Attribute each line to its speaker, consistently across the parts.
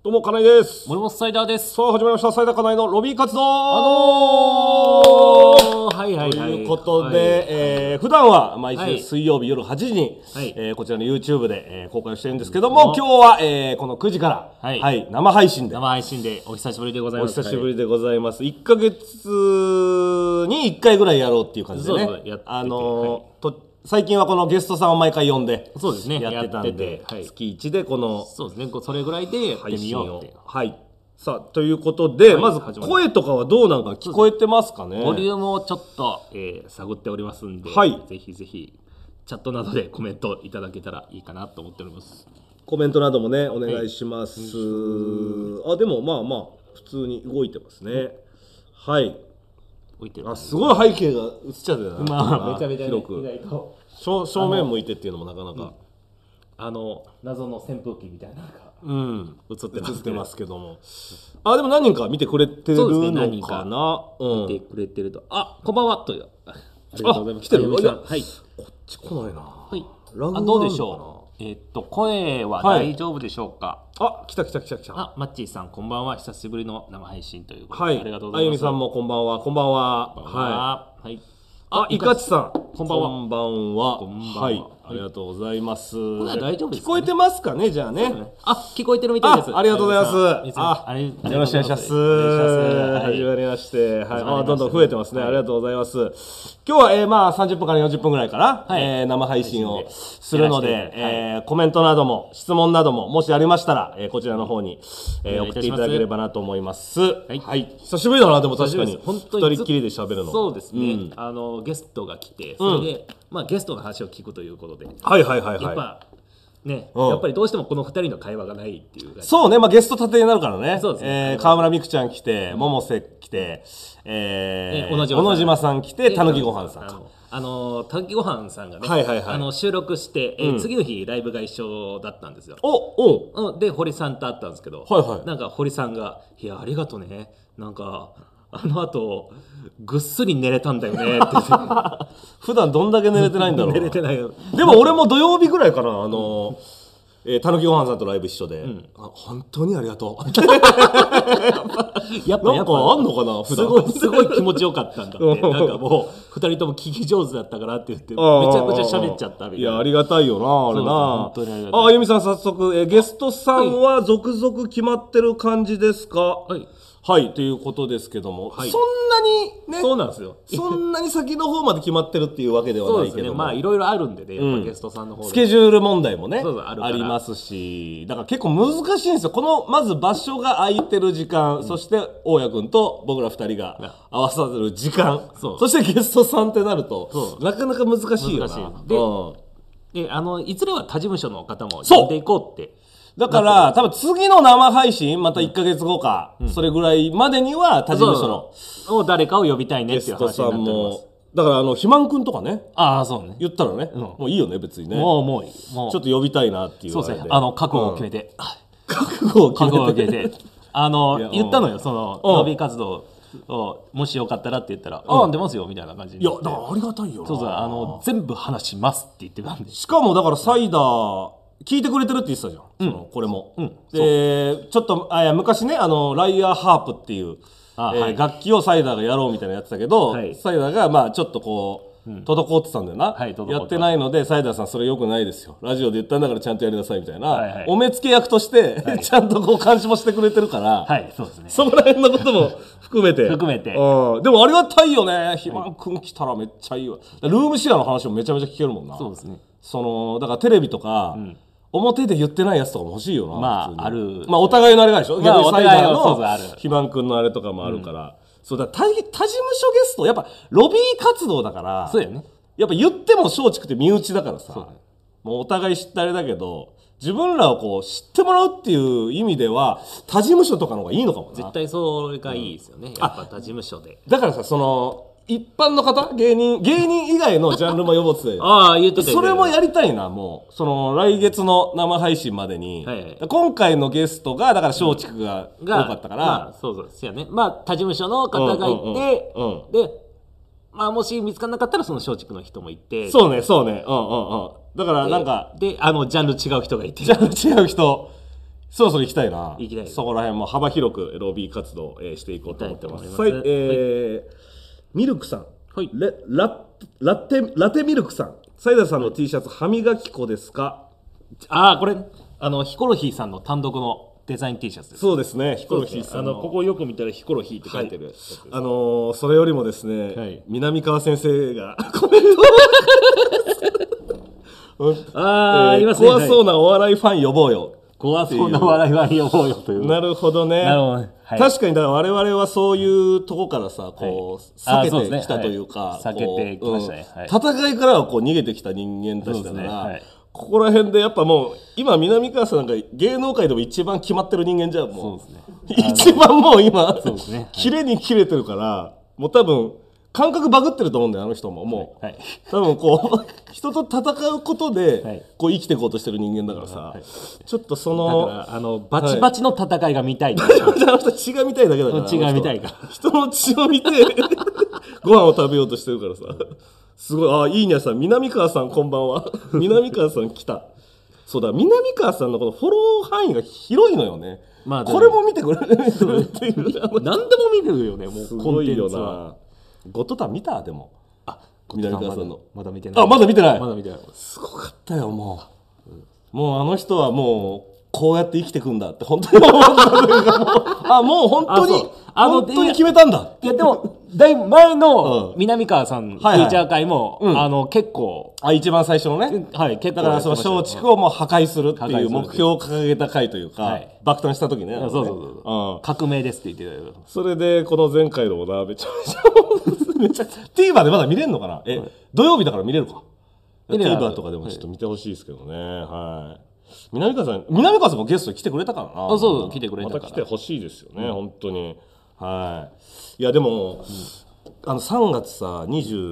Speaker 1: どうも、金井です。
Speaker 2: 森本サイダーです。
Speaker 1: さあ、始まりました。サイダー金井のロビー活動
Speaker 2: はいはいはい。
Speaker 1: ということで、はい、普段は毎週水曜日夜8時に、
Speaker 2: はい、
Speaker 1: こちらの YouTube で、公開してるんですけども、今日は、この9時から、はいはい、生配信で
Speaker 2: お久しぶりでございます。
Speaker 1: お久しぶりでございます。1ヶ月に1回ぐらいやろうっていう感じでね。最近はこのゲストさんを毎回呼んで
Speaker 2: そうですね
Speaker 1: やってたんで、
Speaker 2: はい、
Speaker 1: 月1でこの
Speaker 2: そうですね、それぐらいでやってみようって
Speaker 1: はい。さあということで、
Speaker 2: はい、
Speaker 1: まず声とかはどうなんか聞こえてますかね。
Speaker 2: ボリュームをちょっと、探っておりますんで、
Speaker 1: はい、
Speaker 2: ぜひぜひチャットなどでコメントいただけたらいいかなと思っております。
Speaker 1: コメントなどもねお願いします、はい、あでもまあまあ普通に動いてますね、はい。あすごい背景が映っちゃってたな、
Speaker 2: まあ、めちゃめちゃ、ね、
Speaker 1: 広く正面向いてっていうのもなかなか、
Speaker 2: 謎の扇風機みたいなの
Speaker 1: が、
Speaker 2: 映って
Speaker 1: ますけども、あでも何人か見てくれてるのかな、
Speaker 2: 見てくれてると、あこんばんはというありがとうございます。
Speaker 1: 来てる。
Speaker 2: はい、
Speaker 1: こっち来ないな。
Speaker 2: はい、ラグどうでしょう。声は大丈夫でしょうか。
Speaker 1: あ、来た。
Speaker 2: あ、マッチーさんこんばんは。久しぶりの生配信ということ
Speaker 1: で、はい、ありがとうございます。あゆみさんもこんばんは。はい。あ、いかちさん
Speaker 2: こんばんは。
Speaker 1: はい、ありがとうございます。
Speaker 2: 大丈夫ですかね。
Speaker 1: 聞こえてますかね、じゃあね。
Speaker 2: あ、聞こえてるみたいです。
Speaker 1: ありがとうございます。
Speaker 2: よ
Speaker 1: ろしくお願いします。始まりまして、はい、どんどん増えてますね。ありがとうございます。今日はまあ30分から40分ぐらいから生配信をするので、コメントなども質問などももしありましたらこちらの方に送っていただければなと思います。はい、久しぶりだな。でも確かに二人っきりで喋るの。
Speaker 2: そうですね。ゲストが来て、それでまあゲストの話を聞くということで、やっぱね、やっぱりどうしてもこの2人の会話がないっていう。
Speaker 1: そうね、まあゲスト立てになるからね。
Speaker 2: そうですね。
Speaker 1: 川村美空ちゃん来て、百瀬来て、小野島さん来て、たぬきごはんさん。
Speaker 2: たぬきごはんさんがね、収録して、次の日ライブが一緒だったんですよ。で堀さんと会ったんですけど、なんか堀さんが「いやありがとね、なんかあの後ぐっすり寝れたんだよね」って
Speaker 1: 普段どんだけ寝れてないんだろう。
Speaker 2: 寝れてないよ。
Speaker 1: でも俺も土曜日ぐらいかな、たぬきごはんさんとライブ一緒で、本当にありがとう。
Speaker 2: やっぱ
Speaker 1: あんのかな。
Speaker 2: すごい気持ちよかったんだって。なんかもう2人とも聞き上手だったからって言ってめちゃくちゃ喋っちゃったみたいな。
Speaker 1: いやありがたいよな、あれな。
Speaker 2: 本当にありがたい。
Speaker 1: あゆみさん早速ゲストさんは続々決まってる感じですか。はい、ということですけども、そんなにね、
Speaker 2: そうなんですよ。
Speaker 1: そんなに先の方まで決まってるっていうわけではないけども、
Speaker 2: まあいろいろあるんでね、やっぱゲストさんの方で
Speaker 1: スケジュール問題もねありますし、だから結構難しいんですよ。このまず場所が空いてる時間、そして大家君と僕ら2人が合わさる時間、そしてゲストさんってなるとなかなか難しいよな。
Speaker 2: で、いずれは他事務所の方も呼んでいこうって。
Speaker 1: だから多分次の生配信また1ヶ月後か、それぐらいまでには他事務所の
Speaker 2: 誰かを呼びたいねっていう話になってます。
Speaker 1: だから肥満くんとかね、
Speaker 2: そうね、
Speaker 1: 言ったらね、もういいよね別にね。
Speaker 2: もう
Speaker 1: ちょっと呼びたいなっていう。
Speaker 2: そうですね。覚悟を決めて、
Speaker 1: 覚悟を決めて
Speaker 2: 言ったのよ、そのロビー活動をもしよかったらって言ったら、出ますよみたいな感じで。
Speaker 1: いやだからありがたいよな。
Speaker 2: そう全部話しますって言ってたんで。
Speaker 1: しかもだからサイダー聞いてくれてるって言ってたじゃん、これも。でちょっと昔ねライアーハープっていう楽器をサイダーがやろうみたいなのやってたけど、サイダーがまあちょっとこう滞ってたんだよな。やってないのでサイダーさんそれよくないですよ、ラジオで言ったんだからちゃんとやりなさいみたいなお目付け役としてちゃんとこう監視もしてくれてるから、そこら辺のことも含めてでもありがたいよね。肥満くん来たらめっちゃいいわ。ルームシェアの話もめちゃめちゃ聞けるもんな。
Speaker 2: そうですね。
Speaker 1: だからテレビとか表で言ってないやつとかも欲しいよな。
Speaker 2: まあある。
Speaker 1: まあお互いのあれがでしょ。
Speaker 2: 逆にサイダーの
Speaker 1: 肥満くんのあれとかもあるから。そうだ、他事務所ゲストやっぱロビー活動だから。
Speaker 2: そうやね。
Speaker 1: やっぱ言っても松竹って身内だからさ。もうお互い知ってあれだけど、自分らをこう知ってもらうっていう意味では他事務所とかの方がいいのかもな。
Speaker 2: 絶対それがいいですよね。やっぱ他事務所で。
Speaker 1: だからさ、一般の方、芸人以外のジャンルも呼ぼうって
Speaker 2: 言ってた。
Speaker 1: それもやりたいな。もう来月の生配信までに、今回のゲストがだから松竹が多かったから、
Speaker 2: そうやね。まあ他事務所の方がいて、でまあもし見つからなかったらその松竹の人もいて、
Speaker 1: そうねだからなんか
Speaker 2: でジャンル違う人がいて、
Speaker 1: ジャンル違う人そろそろ行きたいな。
Speaker 2: 行きたい。
Speaker 1: そこら辺も幅広くロビー活動していこうと思ってます。ミルクさん、はい、ラテミルクさん、サイダーさんの T シャツ、歯磨き粉ですか？
Speaker 2: これヒコロヒーさんの単独のデザイン T シャツです。
Speaker 1: そうですね、ヒコロヒーさんの
Speaker 2: ここよく見たらヒコロヒーって書いてる、
Speaker 1: それよりもですね、南川先生がコメントありますね。怖そうなお笑いファン呼ぼうよ。
Speaker 2: 怖そうな笑いは呼ぼうよという。
Speaker 1: なるほどね。確かにだから我々はそういうとこからさ、こう避けてきたというか、
Speaker 2: 避けてきましたね。
Speaker 1: 戦いからはこう逃げてきた人間たちだから、ここら辺でやっぱもう今南川さんなんか芸能界でも一番決まってる人間じゃん。もう一番もう今キレにキレてるから、もう多分感覚バグってると思うんだよ、あの人も。もう多分こう人と戦うことでこう生きていこうとしてる人間だからさ、ちょっとその
Speaker 2: だからバチバチの戦いが見たい。
Speaker 1: あの人血が見たいだけだから。
Speaker 2: 血が見たいか。
Speaker 1: 人の血を見てご飯を食べようとしてるからさ。すごい。いいにゃさん、南川さんこんばんは。南川さん来た。そうだ、南川さんのこのフォロー範囲が広いのよね。これも見てくれるっていう。
Speaker 2: 何でも見るよね、もう。
Speaker 1: すごいよな。ゴッドタン見た？でも南川さんの
Speaker 2: まだ見てない。
Speaker 1: まだ見てない。
Speaker 2: す
Speaker 1: ごかったよ。もうあの人はもうこうやって生きてくんだって本当に思ったというか、もう本当に決めたんだ。
Speaker 2: いやでもだいぶ前の南川さんフィーチャー会も結構
Speaker 1: 一番最初のね、
Speaker 2: 結構
Speaker 1: だからその松竹をもう破壊するっていう目標を掲げた回というか、爆誕した時ね。
Speaker 2: 革命ですって言ってた。
Speaker 1: それでこの前回のもな、めちゃめちゃTVer でまだ見れるのかな。土曜日だから見れるか。TVer とかでもちょっと見てほしいですけどね。はい。南川さんもゲストに来てくれたからな。
Speaker 2: そう来てくれたから。
Speaker 1: また来てほしいですよね、本当に。はい。いやでも3月さ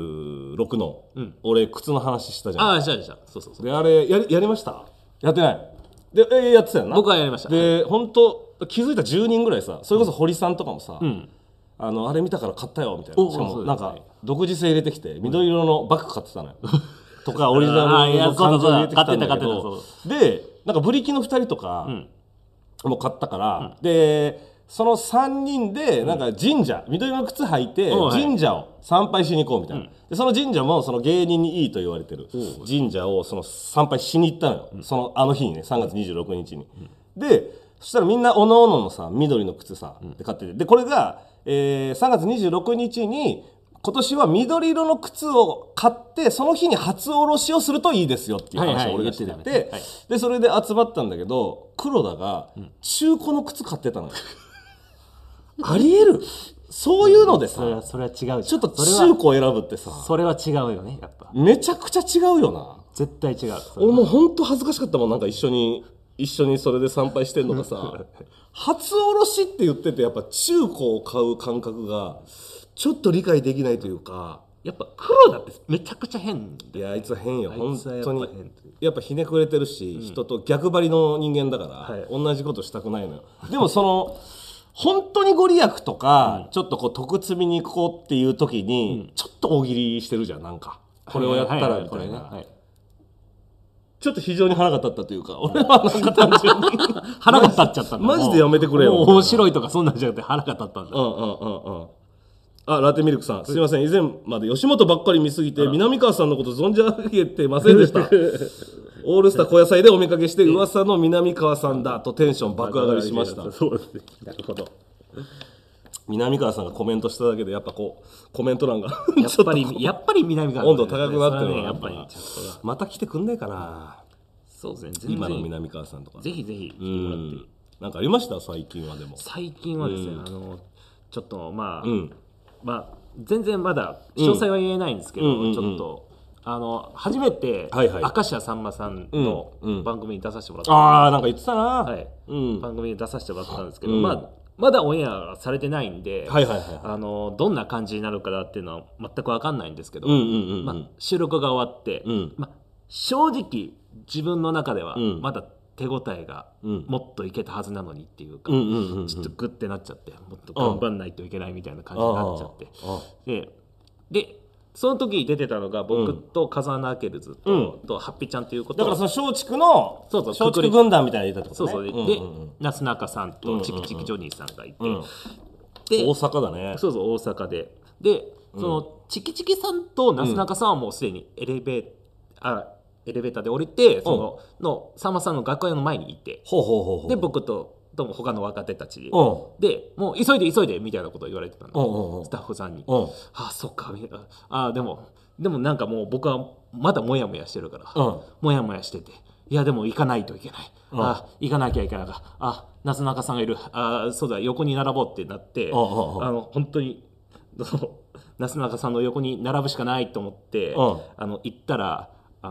Speaker 1: 26の俺靴の話したじゃん。
Speaker 2: した。そう
Speaker 1: であれやりました？やってない。でやってたよな。
Speaker 2: 僕はやりました。
Speaker 1: で本当気づいた10人ぐらいさ、それこそ堀さんとかもさ、あれ見たから買ったよみたいな。しかもなんか独自性入れてきて緑色のバッグ買ってたのよ。とかオリジナルの感情を入れてきたんだけど、でなんかブリキの2人とかも買ったから、でその3人でなんか神社、緑の靴履いて神社を参拝しに行こうみたいな。でその神社もその芸人にいいと言われてる神社をその参拝しに行ったのよ。あの日にね、3月26日に。でそしたらみんなおのおののさ緑の靴さで買ってて、でこれが3月26日に今年は緑色の靴を買ってその日に初おろしをするといいですよっていう話を俺がしてて、でそれで集まったんだけど、黒田が中古の靴買ってたのよ。ありえる？そういうのでさ、
Speaker 2: それは違う。
Speaker 1: ちょっと中古を選ぶってさ、
Speaker 2: それは違うよね。やっぱ
Speaker 1: めちゃくちゃ違うよな。
Speaker 2: 絶対違う。
Speaker 1: 俺もう本当恥ずかしかったもん。なんか一緒にそれで参拝してんのがさ初おろしって言ってて、やっぱ中古を買う感覚がちょっと理解できないというか、
Speaker 2: やっぱ黒田ってめちゃくちゃ変。
Speaker 1: いやあいつは変よ、本当に。やっぱひねくれてるし、人と逆張りの人間だから、同じことしたくないのよ。でもその本当にご利益とか、ちょっとこう得積みに行こうっていう時に、ちょっと大喜利してるじゃん。なんかこれをやったらみたいな。ちょっと非常に腹が立ったというか、俺はなんか単純に
Speaker 2: 腹が立っちゃったんだ。
Speaker 1: マジでやめてくれよ。
Speaker 2: 面白いとかそんなんじゃなくて腹が立ったんだ。
Speaker 1: ラテミルクさん、すいません、以前まで吉本ばっかり見すぎて南川さんのこと存じ上げてませんでした。オールスター小野菜でお見かけして噂の南川さんだとテンション爆上がりしました。
Speaker 2: そうですね。なるほど。
Speaker 1: 南川さんがコメントしただけでやっぱこうコメント欄が
Speaker 2: やっぱり南川さん
Speaker 1: 温度高くなってるの。
Speaker 2: やっぱり
Speaker 1: また来てくんないかな。
Speaker 2: そうですね。
Speaker 1: 今の南川さんとか
Speaker 2: ぜひぜひ来てもらって。
Speaker 1: なんかありました最近は？でも
Speaker 2: 最近はですね、ちょっとまあ全然まだ詳細は言えないんですけど、ちょっと初めて明石家さんまさんの番組に出させてもらった。
Speaker 1: なんか言ってたな。
Speaker 2: 番組に出させてもらったんですけど、まだオンエアされてないんで、どんな感じになるかなっていうのは全く分かんないんですけど、収録が終わって、正直自分の中ではまだ手応えがもっといけたはずなのにっていうか、ちょっとグッてなっちゃって、もっと頑張んないといけないみたいな感じになっちゃって、でその時出てたのが僕とカザナーケルズとハッピーちゃんということ
Speaker 1: だからその松竹の松竹軍団みたいなのいたってことね。
Speaker 2: そうでなすなかさんとチキチキジョニーさんがいて、
Speaker 1: で大阪だね。
Speaker 2: そう大阪でそのチキチキさんとなすなかさんはもうすでにエレベーターで降りてさんまさんの楽屋の前にいて、で僕と他の若手たちでもう急いでみたいなことを言われてたの、スタッフさんに。あそっかみたいな。でもなんかもう僕はまだモヤモヤしてるから、モヤモヤしてて、いやでも行かないといけない、行かなきゃいけないから、なすなかさんがいる、そうだ横に並ぼうってなって、本当になすなかさんの横に並ぶしかないと思って行ったら、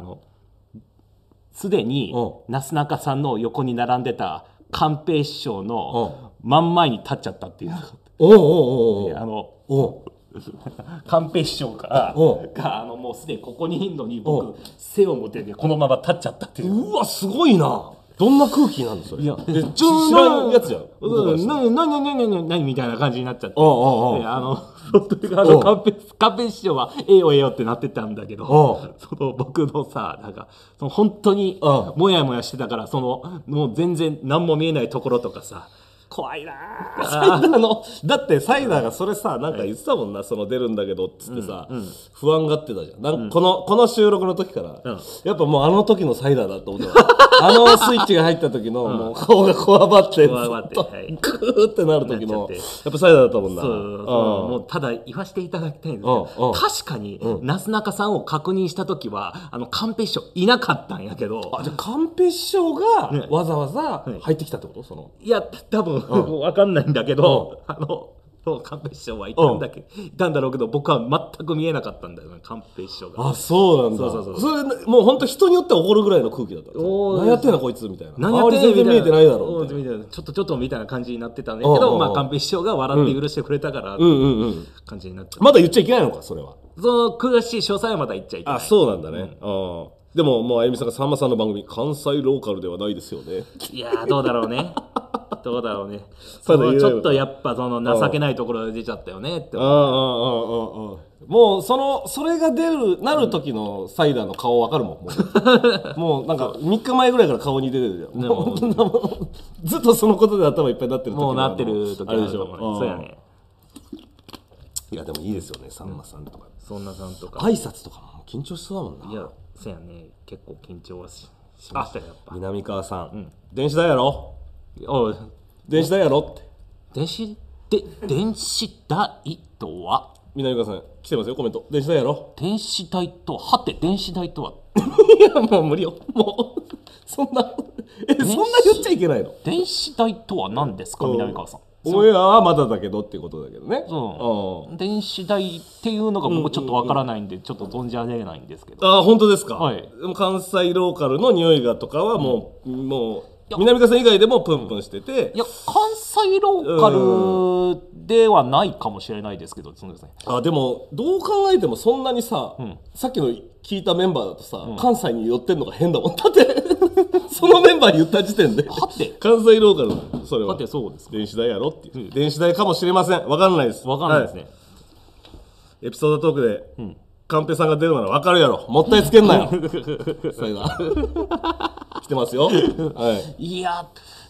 Speaker 2: すでになすなかさんの横に並んでた寛平師匠の真ん前に立っちゃったっていうのが、寛平師匠がもうすでにここにいるのに僕背を向けてこのまま立っちゃったっていう。
Speaker 1: うわすごいな。どんな空気なんですか。いや知らんやつじゃん。
Speaker 2: 何みたいな感じになっちゃって、本当に寛平師匠はええよってなってたんだけど、僕のさなんか本当にモヤモヤしてたから、もう全然何も見えないところとかさ、怖いな
Speaker 1: サイダーの。だってサイダーがそれさなんか言ってたもんな、その出るんだけどっつってさ、不安がってたじゃん。なんかこの収録の時から、やっぱもうあの時のサイダーだと思ってあのスイッチが入った時のもう顔がこわばってグーってなる時のやっぱサイダーだったもんな。
Speaker 2: もうただ言わせていただきたいんですけど、確かになすなかさんを確認した時は寛平師匠いなかったんやけど。
Speaker 1: じゃあ寛平師匠がわざわざ入ってきたってこと？
Speaker 2: いや多分分かんないんだけど、寛平師匠はいたんだろうけど、僕は全く見えなかったんだよね、寛平師匠が。
Speaker 1: そうなんだ。それもう本当人によっては怒るぐらいの空気だった。何やってんのこいつみたいな。
Speaker 2: 何やってんの
Speaker 1: 全然見えてないだろう
Speaker 2: みたいな。ちょっとみたいな感じになってたんだけど、寛平師匠が笑って許してくれたから感じになっちゃった。
Speaker 1: まだ言っちゃいけないのかそれは。
Speaker 2: 詳しい詳細はまだ言っちゃいけない。
Speaker 1: そうなんだね。でももうあゆみさんがさんまさんの番組関西ローカルではないですよね。
Speaker 2: いやどうだろうね。ちょっとやっぱ情けないところで出ちゃったよねって
Speaker 1: もうそれがなる時のサイダーの顔わかるもん。もうなんか3日前ぐらいから顔に出てるじゃん。ずっとそのことで頭いっぱいになってる時
Speaker 2: もうなってる時
Speaker 1: あれでしょ。
Speaker 2: そうやね。
Speaker 1: いやでもいいですよね、さんまさんとか。
Speaker 2: そんなさんとか
Speaker 1: 挨拶とかも緊張しそうだもんな。
Speaker 2: いやそうやね、結構緊張はしましたよやっぱ。
Speaker 1: 南川さん、電子代やろ。電子代やろって。電子
Speaker 2: 代とは
Speaker 1: 南川さん来てますよコメント。電子代やろ。
Speaker 2: 電子代とはて電子代とは。
Speaker 1: いやもう無理よ。もうそんな言っちゃいけないの。
Speaker 2: 電子代とは何ですか南川さん。
Speaker 1: オンエアはまだだけどっていうことだけどね。
Speaker 2: 電子代っていうのが僕ちょっとわからないんでちょっと存じ上げないんですけど。
Speaker 1: 本当ですか。でも関西ローカルの匂いがとかはもう南川さん以外でもプンプンしてて。
Speaker 2: いや関西ローカルではないかもしれないですけど、そうですね。
Speaker 1: でもどう考えてもそんなにさ、さっきの聞いたメンバーだとさ、関西に寄ってんのが変だもん。だってそのメンバーに言った時点で関西ローカルそれは
Speaker 2: そうです。
Speaker 1: 電子代やろっていう、電子代かもしれません。分かんないです。
Speaker 2: 分かんないですね。
Speaker 1: エピソードトークでカンペさんが出るなら分かるやろ。もったいつけんなよ。それが来てますよ。
Speaker 2: いや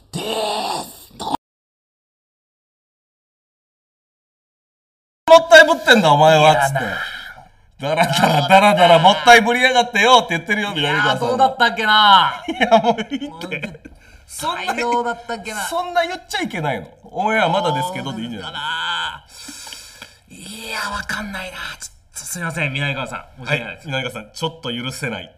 Speaker 1: もったいぶってんだお前はっつって、だらだらもったいぶりやがってよって言ってるよ。
Speaker 2: いやどうだったっけな。
Speaker 1: いやもういいって。
Speaker 2: そんな言
Speaker 1: っちゃいけないの。オンエアまだですけどでいいんじゃない。
Speaker 2: いやわかんないな。すみません南川さん。
Speaker 1: 南川さんちょっと許せない。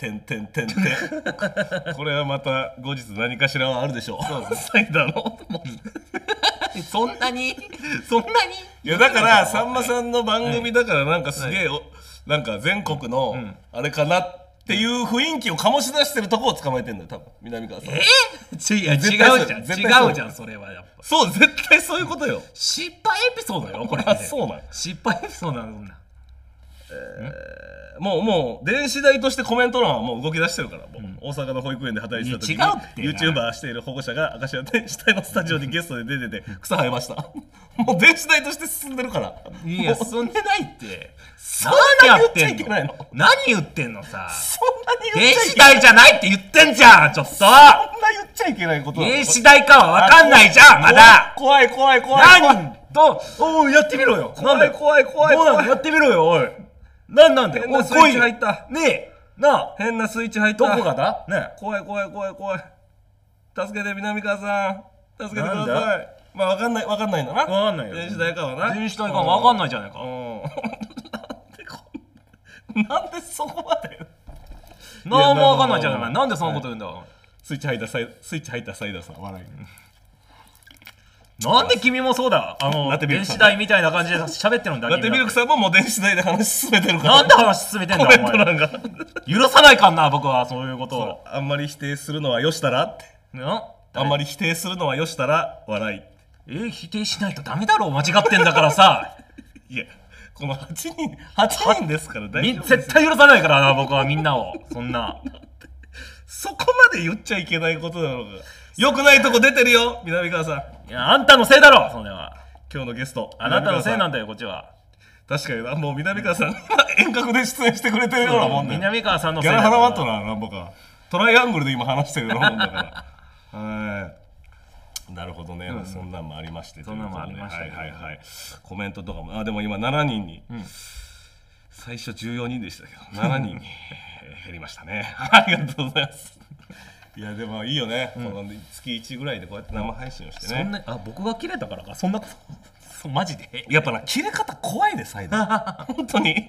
Speaker 1: これはまた後日何かしらはあるでしょう。サイダーの
Speaker 2: そんなにい
Speaker 1: やだからさんまさんの番組だからなんかすげえなんか全国のあれかなっていう雰囲気を醸し出してるとこを捕まえてんだよ多分南川さん。
Speaker 2: 違うじゃんそれはやっぱ。
Speaker 1: そう絶対そういうことよ。
Speaker 2: 失敗エピソードよこれ。
Speaker 1: そうなん。
Speaker 2: 失敗エピソードなんだ。
Speaker 1: もう電子代としてコメント欄はもう動き出してるから、もう大阪の保育園で働いてた時に YouTuber している保護者が明石家電子代のスタジオにゲストで出てて草生えました。もう電子代として進んでるから。
Speaker 2: いや進んでないって。
Speaker 1: そんなに言っちゃいけないの？
Speaker 2: 何言ってんのさ。
Speaker 1: そんなに言っちゃいけない。
Speaker 2: 電子代じゃないって言ってんじゃんちょっと。そんな
Speaker 1: 言っちゃいけないことなの？
Speaker 2: 電子代かは分かんないじゃんまだ。
Speaker 1: 怖い。
Speaker 2: 何と
Speaker 1: おやってみろよ。
Speaker 2: 怖い。どうなのやってみろよおい。なんで
Speaker 1: 変なスイッチ入った。
Speaker 2: ねえなあ
Speaker 1: 変なスイッチ入った。
Speaker 2: どこがだねえ
Speaker 1: 怖い。助けて南川さん。助けてください。まあ分かんないんだな。
Speaker 2: 分かんないよ。
Speaker 1: 電子代かはな。
Speaker 2: 電子代かは分かんないじゃないか。
Speaker 1: なんでそこまで
Speaker 2: 何も分かんないじゃないか。なんでそんなこと言うんだ。
Speaker 1: スイッチ入ったサイダーさん笑い。
Speaker 2: なんで君もそうだ電子代みたいな感じで喋ってるんだ。
Speaker 1: ラテミルクさんももう電子代で話進めてるから。
Speaker 2: なんで話進めてんだお前。許さないかんな僕はそういうことを。
Speaker 1: あんまり否定するのはよしたらって。あんまり否定するのはよしたら笑い。
Speaker 2: 否定しないとダメだろう間違ってんだからさ。
Speaker 1: いやこの8人ですから大丈夫です。
Speaker 2: 絶対許さないからな僕はみんなをそんな
Speaker 1: そこまで言っちゃいけないことなのか。よくないとこ出てるよ南川さ
Speaker 2: ん。いやあんたのせいだろそれは。
Speaker 1: 今日のゲスト
Speaker 2: あなたのせいなんだよこっちは。
Speaker 1: 確かにな。もう南川さん遠隔で出演してくれてるようなもんね。
Speaker 2: 南川さんのせい
Speaker 1: ギャラ払わんとななんぼかトライアングルで今話してるようなもんだからなるほどね、そんなんもありまして。
Speaker 2: そんなんもありました。
Speaker 1: コメントとかもでも今7人に、最初14人でしたけど7人に減りましたね。ありがとうございます。いやでもいいよね、この月1ぐらいでこうやって生配信をしてね。
Speaker 2: 僕が切れたからかそんなことマジで
Speaker 1: やっぱな切れ方怖いねサイド本当に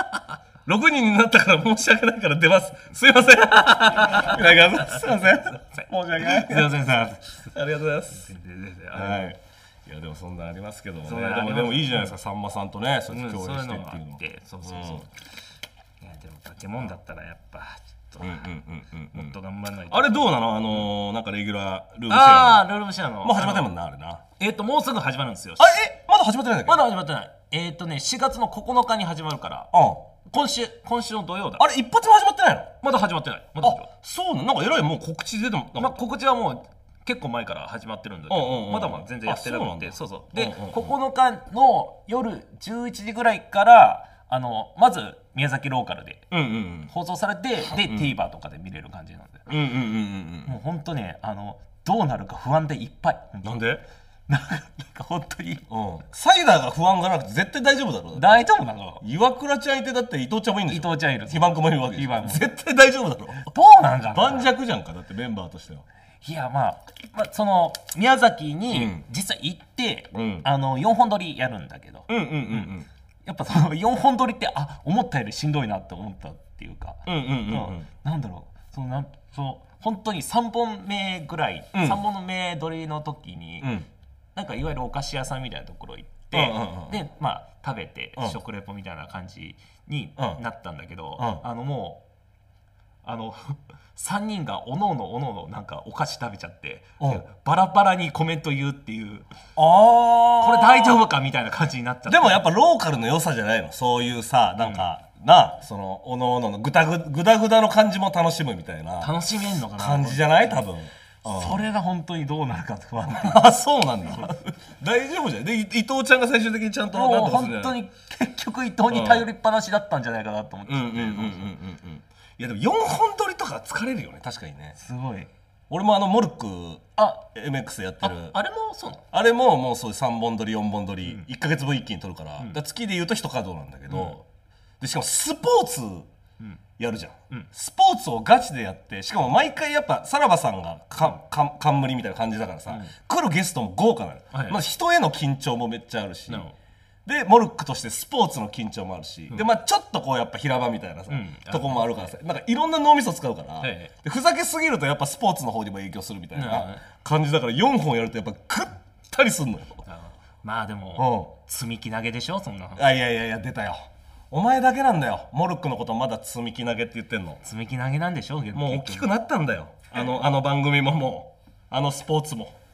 Speaker 1: 6人になったから申し訳ないから出ます。すいません。すいません。申し訳ない。すいませんさ。ありがとうございます。はい。いやでもそんなありますけどもね。でもいいじゃないですかさんまさんとね共演してっていうのも。
Speaker 2: そう。いやでもバケモンだったらやっぱちょっともっと頑張らないと。
Speaker 1: あれどうなのなんかレギュラールームシェ
Speaker 2: ア。ルームシェアの。
Speaker 1: もう始まってるもんなあれな。
Speaker 2: もうすぐ始まるんですよ。
Speaker 1: まだ始まってないんだっけ？
Speaker 2: まだ始まってない。4月の9日に始まるから。今週の土曜だ。
Speaker 1: あれ一発も始まってないの？
Speaker 2: まだ始まってない。
Speaker 1: そうなの？なんかえらいもう告知出ても。
Speaker 2: 告知はもう結構前から始まってるんだけど、まだ全然やってなくて。そうで9日の夜11時ぐらいからまず宮崎ローカルで放送されて、で TVer とかで見れる感じなんで、もう本当ねどうなるか不安でいっぱい。
Speaker 1: なんで？
Speaker 2: なんか本当に
Speaker 1: サイダーが不安がなくて絶対大丈夫だろ。
Speaker 2: 大丈夫なの？
Speaker 1: 岩倉ちゃんいてだって伊藤ちゃんもいいんでしょ？
Speaker 2: 伊藤ちゃんいる。
Speaker 1: 非番組もいるわけでしょ？絶対大丈夫だろ。
Speaker 2: どうなんかな。
Speaker 1: 盤石じゃんかだってメンバーとしては。
Speaker 2: いやまあその宮崎に実際行って4本撮りやるんだけど、やっぱその4本撮りって思ったよりしんどいなって思ったっていうか、なんだろうその本当に3本目ぐらい、3本目撮りの時になんかいわゆるお菓子屋さんみたいなところ行って、でまあ食べて食レポみたいな感じになったんだけど、もう3人がおのおのなんかお菓子食べちゃってバラバラにコメント言うっていう、これ大丈夫かみたいな感じになっちゃって。
Speaker 1: でもやっぱローカルの良さじゃないの？そういうさなんかそのおのおののグダグダの感じも楽しむみたいな。
Speaker 2: 楽しめんのかな
Speaker 1: 感じじゃない多分。
Speaker 2: それが本当にどうなるか不安。
Speaker 1: そうなんだ。大丈夫じゃん。で伊藤ちゃんが最終的にちゃんと
Speaker 2: なんとかするんじゃない？本当に結局伊藤に頼りっぱなしだったんじゃないかなと思って。
Speaker 1: いやでも4本撮りとか疲れるよね確かにね。
Speaker 2: すごい。
Speaker 1: 俺もモルック MX やってる
Speaker 2: あれもそうなの？
Speaker 1: あれももうそう3本撮り4本撮り1ヶ月分一気に撮るから月でいうと1稼働なんだけど、でしかもスポーツやるじゃん、スポーツをガチでやって、しかも毎回やっぱさらばさんが冠みたいな感じだからさ、来るゲストも豪華なの、まあ、人への緊張もめっちゃあるし、でモルックとしてスポーツの緊張もあるし、でまあちょっとこうやっぱ平場みたいなさ、とこもあるからさ、なんかいろんな脳みそ使うから、でふざけすぎるとやっぱスポーツの方にも影響するみたいな感じだから、4本やるとやっぱぐったりすんのよ。
Speaker 2: まあでも積み木投げでしょそんな。
Speaker 1: いや出たよ。お前だけなんだよモルックのことまだ積み木投げって言ってんの。
Speaker 2: 積み木投げなんでしょ。
Speaker 1: もう大きくなったんだよあの番組ももうスポーツも。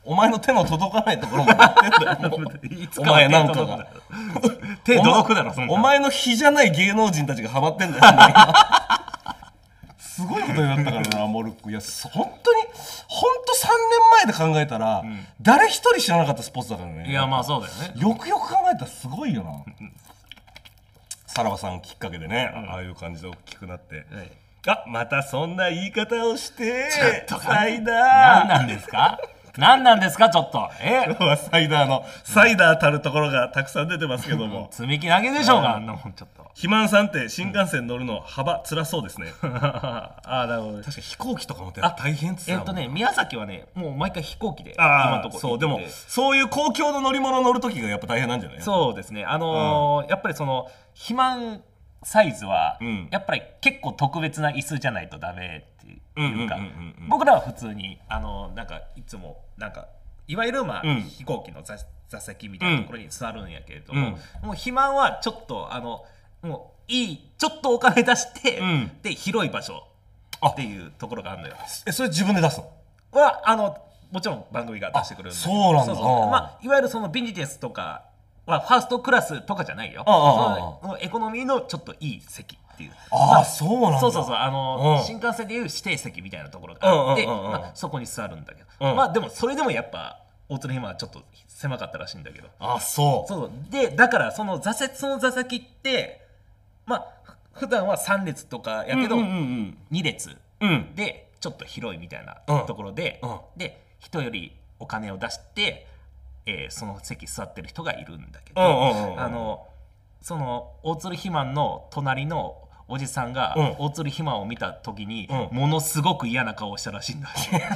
Speaker 1: お前の手の届かないところまでやってんだよお前なんかが
Speaker 2: 手届くだろそんな。
Speaker 1: お前の日じゃない芸能人たちがハマってんだよすごいことになったからなモルック。いや本当に3年前で考えたら、誰一人知らなかったスポーツだからね。
Speaker 2: いやまあそうだよね。
Speaker 1: よくよく考えたらすごいよなさらばさんきっかけでね、ああいう感じで大きくなって、あまたそんな言い方をしてサイダー
Speaker 2: 何なんですか何なんですかちょっと
Speaker 1: 今日はサイダーたるところがたくさん出てますけども
Speaker 2: 積み木投げでしょうがあんなもんちょっと。
Speaker 1: 肥満さんって新幹線乗るの幅辛そうですね
Speaker 2: ああなるほど。
Speaker 1: 確か飛行機とかも大変っつってたもん。
Speaker 2: 宮崎はねもう毎回飛行機で
Speaker 1: 今のところそうでもそういう公共の乗り物乗る時がやっぱ大変なんじゃない？
Speaker 2: そうですねやっぱりその肥満サイズはやっぱり結構特別な椅子じゃないとダメっていうか、僕らは普通になんかいつもなんかいわゆる飛行機の座席みたいなところに座るんやけれども、もう肥満はちょっともういいちょっとお金出して、で広い場所っていうところがあるのよ。
Speaker 1: それ自分で出すの？
Speaker 2: はもちろん番組が出してくるんで。
Speaker 1: そうなんだ。
Speaker 2: いわゆるそのビジネスとかファーストクラスとかじゃないよ。エコノミーのちょっといい席っていう。
Speaker 1: そうなんだ。
Speaker 2: そう新幹線でいう指定席みたいなところがあってそこに座るんだけど、でもそれでもやっぱ大津の暇はちょっと狭かったらしいんだけど。そうでだからその座席って普段は3列とかやけど2列でちょっと広いみたいなところで人よりお金を出してその席座ってる人がいるんだけど、その大鶴肥満の隣のおじさんが大鶴肥満を見た時にものすごく嫌な顔をしたらしいんだ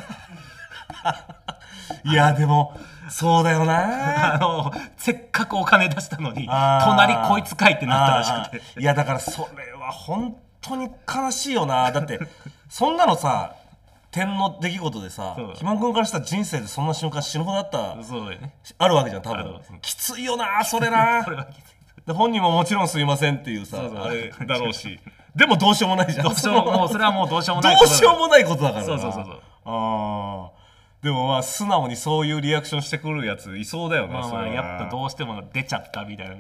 Speaker 1: いやでもそうだよな
Speaker 2: せっかくお金出したのに隣こいつかいってなったらしくて。
Speaker 1: いやだからそれは本当に悲しいよな。だってそんなのさ点の出来事でさ肥満君からしたら人生でそんな瞬間死ぬほどあったあるわけじゃん多分。きついよなそれなで本人ももちろんすいませんっていうさあれだろうしでもどうしようもないじゃん。
Speaker 2: もうそれはもうどうしようもない
Speaker 1: どうしようもないことだからな。
Speaker 2: そう
Speaker 1: でも素直にそういうリアクションしてくるやついそうだよな。
Speaker 2: やっぱどうしても出ちゃったみたいな。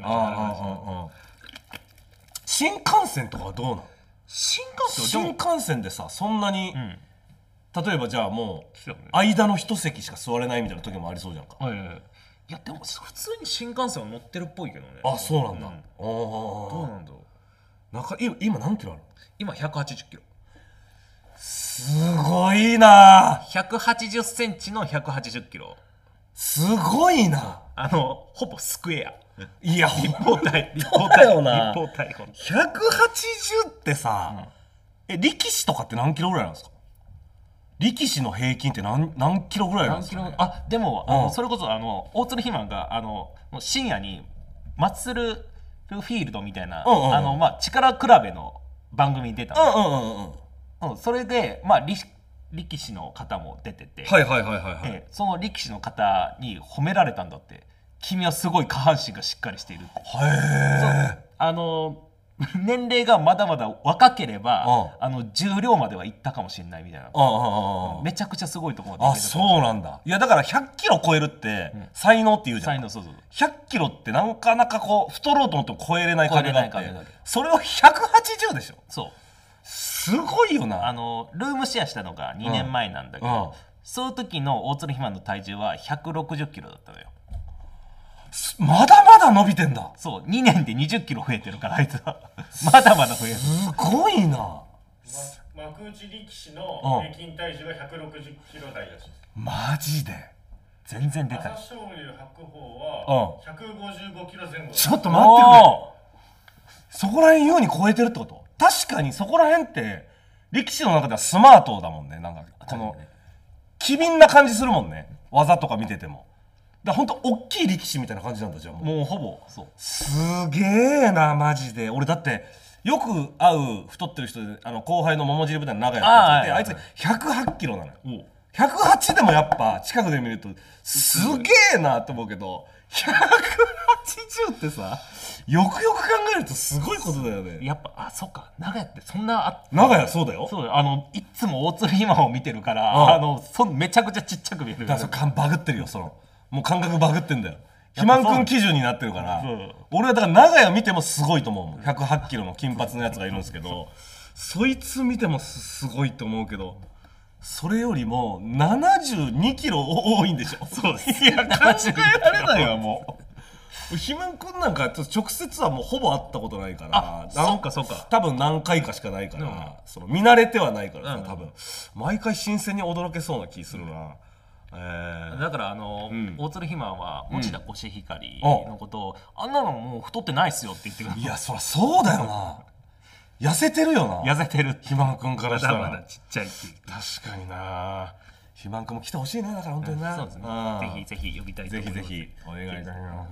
Speaker 1: 新幹線とかはどうなの？新幹線でさそんなに、例えばじゃあもう間の一席しか座れないみたいな時もありそうじゃんか。
Speaker 2: いやでも普通に新幹線は乗ってるっぽいけどね。
Speaker 1: そうなんだ。
Speaker 2: どうなんだろ
Speaker 1: う。今何キロある？
Speaker 2: 今180キロ。
Speaker 1: すごいな。
Speaker 2: 180センチの180キロ。
Speaker 1: すごいな。
Speaker 2: ほぼスクエア。
Speaker 1: いや
Speaker 2: 立方体
Speaker 1: よな。
Speaker 2: 立方体。
Speaker 1: 180ってさ、力士とかって何キロぐらいなんですか？力士の平均って何キロぐらいなんですかね？
Speaker 2: でもそれこそ大鶴肥満が深夜にマッスルフィールドみたいな力比べの番組に出たの。それで力士の方も出てて、その力士の方に褒められたんだって。君はすごい下半身がしっかりしているって。年齢がまだまだ若ければ重量まではいったかもしれないみたいな。めちゃくちゃすごいところまで。
Speaker 1: そうなんだ。いやだから100キロ超えるって才能っていうじゃん。100キロってなかなかこう太ろうと思っても超えれない壁があって、それを180でしょ。そうすごいよな。
Speaker 2: ルームシェアしたのが2年前なんだけど、その時の大鶴肥満の体重は160キロだったのよ。
Speaker 1: まだまだ伸びてんだ。
Speaker 2: そう2年で20キロ増えてるからあいつはまだまだ増える。
Speaker 1: すごいな。
Speaker 3: 幕内力士の平均体重は160キロ台らしいです。
Speaker 1: マジで
Speaker 2: 全然出たい。
Speaker 3: 朝青龍白鵬は155キロ前後。
Speaker 1: ちょっと待ってくれ。そこら辺優に超えてるってこと？確かにそこら辺って力士の中ではスマートだもんね。なんかこの機敏な感じするもんね。技とか見てても。ほんと大きい力士みたいな感じなんだ。じゃあ
Speaker 2: もうほぼそう。
Speaker 1: すげえなマジで。俺だってよく会う太ってる人で後輩の桃尻部隊の長屋ってあいつ108キロなのよ。108でもやっぱ近くで見るとすげえなと思うけど108 ってさ、よくよく考えるとすごいことだよね。
Speaker 2: やっぱそっか、長屋ってそんな
Speaker 1: 長屋そうだよ。
Speaker 2: そうだよ。いつも大鶴ひまを見てるから、めちゃくちゃちっちゃく見える。
Speaker 1: だからバグってるよ、もう感覚バグってんだよ。肥満くん基準になってるから、俺はだから長屋見てもすごいと思う。108キロの金髪のやつがいるんですけど、そいつ見てもすごいと思うけど、それよりも72キロ多いんでしょ。
Speaker 2: そうです。
Speaker 1: いや、考えられないわ、もう。肥満くんなんか直接はもうほぼ会ったことないから、
Speaker 2: そうか
Speaker 1: 多分何回かしかないから、見慣れてはないからさ、多分毎回新鮮に驚けそうな気するな。
Speaker 2: だから大鶴ひまは持田コシヒカリのことを、あんなのもう太ってないっすよって言ってくる。
Speaker 1: いや、そりゃそうだよな。痩せてるよな。
Speaker 2: 痩せてる。
Speaker 1: 肥満くんからしたら
Speaker 2: まだちっちゃいっていう。
Speaker 1: 確かにな。肥満くんも来てほしいな、だから本当にな。
Speaker 2: そうですね。ぜひぜひ呼びたいと思います。
Speaker 1: ぜひぜひお願いいたします。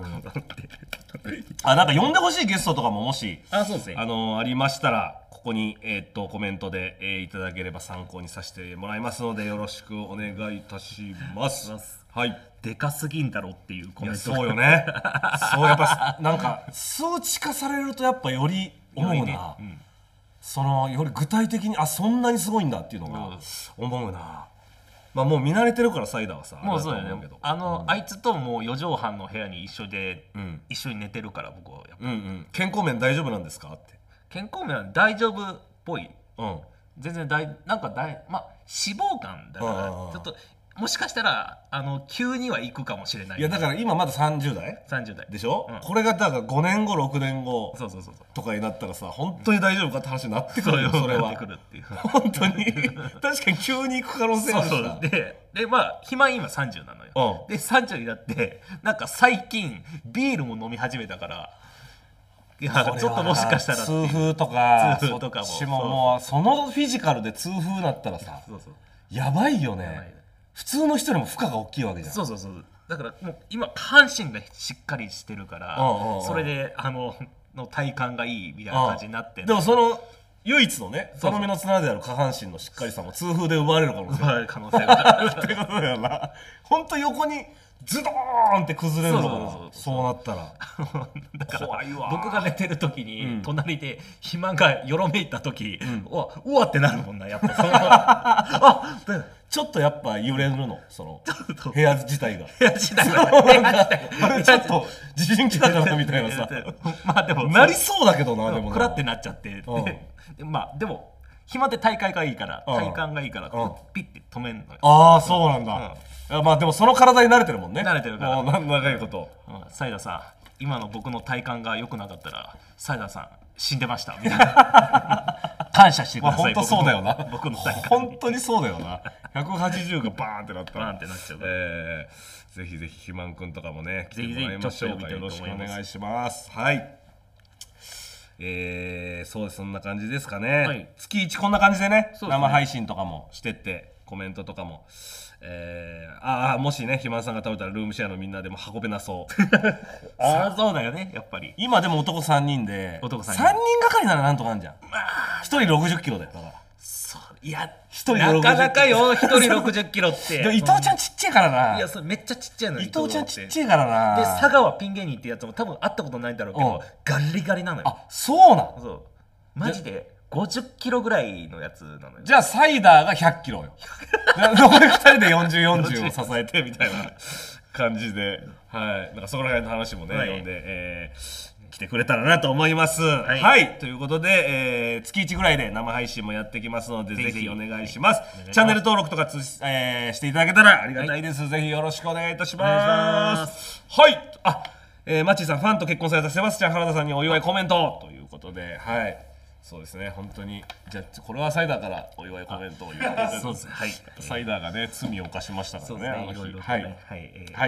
Speaker 1: なんか呼んでほしいゲストとかももし
Speaker 2: そうですね。
Speaker 1: ありましたら、ここにコメントでいただければ参考にさせてもらいますので、よろしくお願いいたします。はい。
Speaker 2: でかすぎんだろっていうコメント。
Speaker 1: そうよね。そう、やっぱなんか数値化されるとやっぱより思うな。より具体的にそんなにすごいんだっていうのが思うな。まあもう見慣れてるからサイダーはさ、
Speaker 2: もうそうだよね。あいつともう4畳半の部屋に一緒に寝てるから、僕はやっぱ
Speaker 1: 健康面大丈夫なんですかって。
Speaker 2: 健康面は大丈夫っぽい。全然なんかまあ脂肪肝だからちょっともしかしたら急には行くかもしれない。
Speaker 1: いやだから今まだ30代でしょ。これがだから5年後6年後とかになったらさ、本当に大丈夫かって話になってくるよ。それは本当に確かに急に行く可能性あるしな。
Speaker 2: でまあ肥満今30なのよ。で30になってなんか最近ビールも飲み始めたから、いやちょっともしかしたら
Speaker 1: 痛風とかそっちももうそのフィジカルで痛風なったらさ、やばいよね。普通の人よりも負荷が大きいわけじゃん。
Speaker 2: そうだからもう今下半身がしっかりしてるから、それでの体幹がいいみたいな感じになって。
Speaker 1: でもその唯一のね、その身の綱である下半身のしっかりさも痛風で奪われる可能性があるってことだよな。本当横にズドーンって崩れるのかな。そうなったら
Speaker 2: だから怖いわ。僕が寝てる時に隣で肥満がよろめいた時、うわってなるもんな、やっぱ。
Speaker 1: ちょっとやっぱ揺れるの、部屋自体が。ちょっと地震来たかなみたいなさ。まあでもなりそうだけどな。でも
Speaker 2: クラってなっちゃって。まあでも肥満って体幹がいいからピッて止めんのよ。
Speaker 1: ああそうなんだ。まあでもその体に慣れてるもんね。
Speaker 2: 慣れてるから。
Speaker 1: 長いこと。
Speaker 2: サイダーさん、今の僕の体幹が良くなかったらサイダーさん死んでましたみたいな。感謝してください。
Speaker 1: 本当そうだよな。
Speaker 2: 僕の体幹。
Speaker 1: 本当にそうだよな。180がバーンってなったら。
Speaker 2: バーンってなっちゃう。
Speaker 1: ぜひぜひ肥満くんとかもね来てもらいましょうか。よろしくお願いします。はい。そうです、そんな感じですかね。月1こんな感じでね、生配信とかもしてってコメントとかも。もしね肥満さんが食べたらルームシェアのみんなでも運べなそう。
Speaker 2: そうだよね、やっぱり。
Speaker 1: 今でも男3人で3人がかりならなんとかあんじゃん。1人60キロだよ。だから
Speaker 2: いやなかなかよ、1人60キロって。
Speaker 1: でも伊藤ちゃんちっちゃいからな。
Speaker 2: いやそれめっちゃちっちゃいの。
Speaker 1: 伊藤ちゃんちっちゃいからな。
Speaker 2: で佐川ピン芸人ってやつも多分会ったことないんだろうけど、ガリガリなのよ。
Speaker 1: そうなん。
Speaker 2: そうマジで50キロぐらいのやつなのよ。
Speaker 1: じゃあサイダーが100キロよ。残り2人で40、40を支えてみたいな感じで、はい、なんかそこら辺の話もね、読んで、来てくれたらなと思います。はい、ということで、月1ぐらいで生配信もやってきますので、ぜひお願いします。チャンネル登録とかしていただけたらありがたいです。ぜひよろしくお願いいたします。はい、マッチーさん、ファンと結婚されたセバスチャン原田さんにお祝いコメントということで、はい。そうですね、本当に。じゃあこれはサイダーからお祝いコメントを言って。
Speaker 2: そうですね、はい。
Speaker 1: サイダーがね罪を犯しましたからね。はい、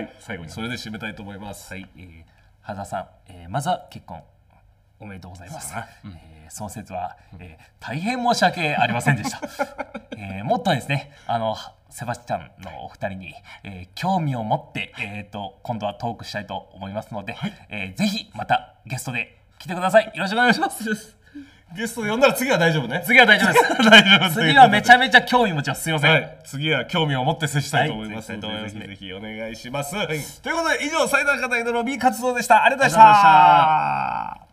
Speaker 1: 最後にそれで締めたいと思います。
Speaker 2: はい、原田さん、まずは結婚おめでとうございます。その説は大変申し訳ありませんでした。もっとですね、セバスチャンのお二人に興味を持って今度はトークしたいと思いますので、ぜひまたゲストで来てください。よろしくお願いします。
Speaker 1: ゲスト呼んだら次は大丈夫ね。
Speaker 2: 次は大丈夫です。大丈夫。次はめちゃめちゃ興味持ちます。すいません。はい、
Speaker 1: 次は興味を持って接したいと思いますので、ぜひぜひお願いします。ということで以上、サイダー課題のロビー活動でした。ありがとうございました。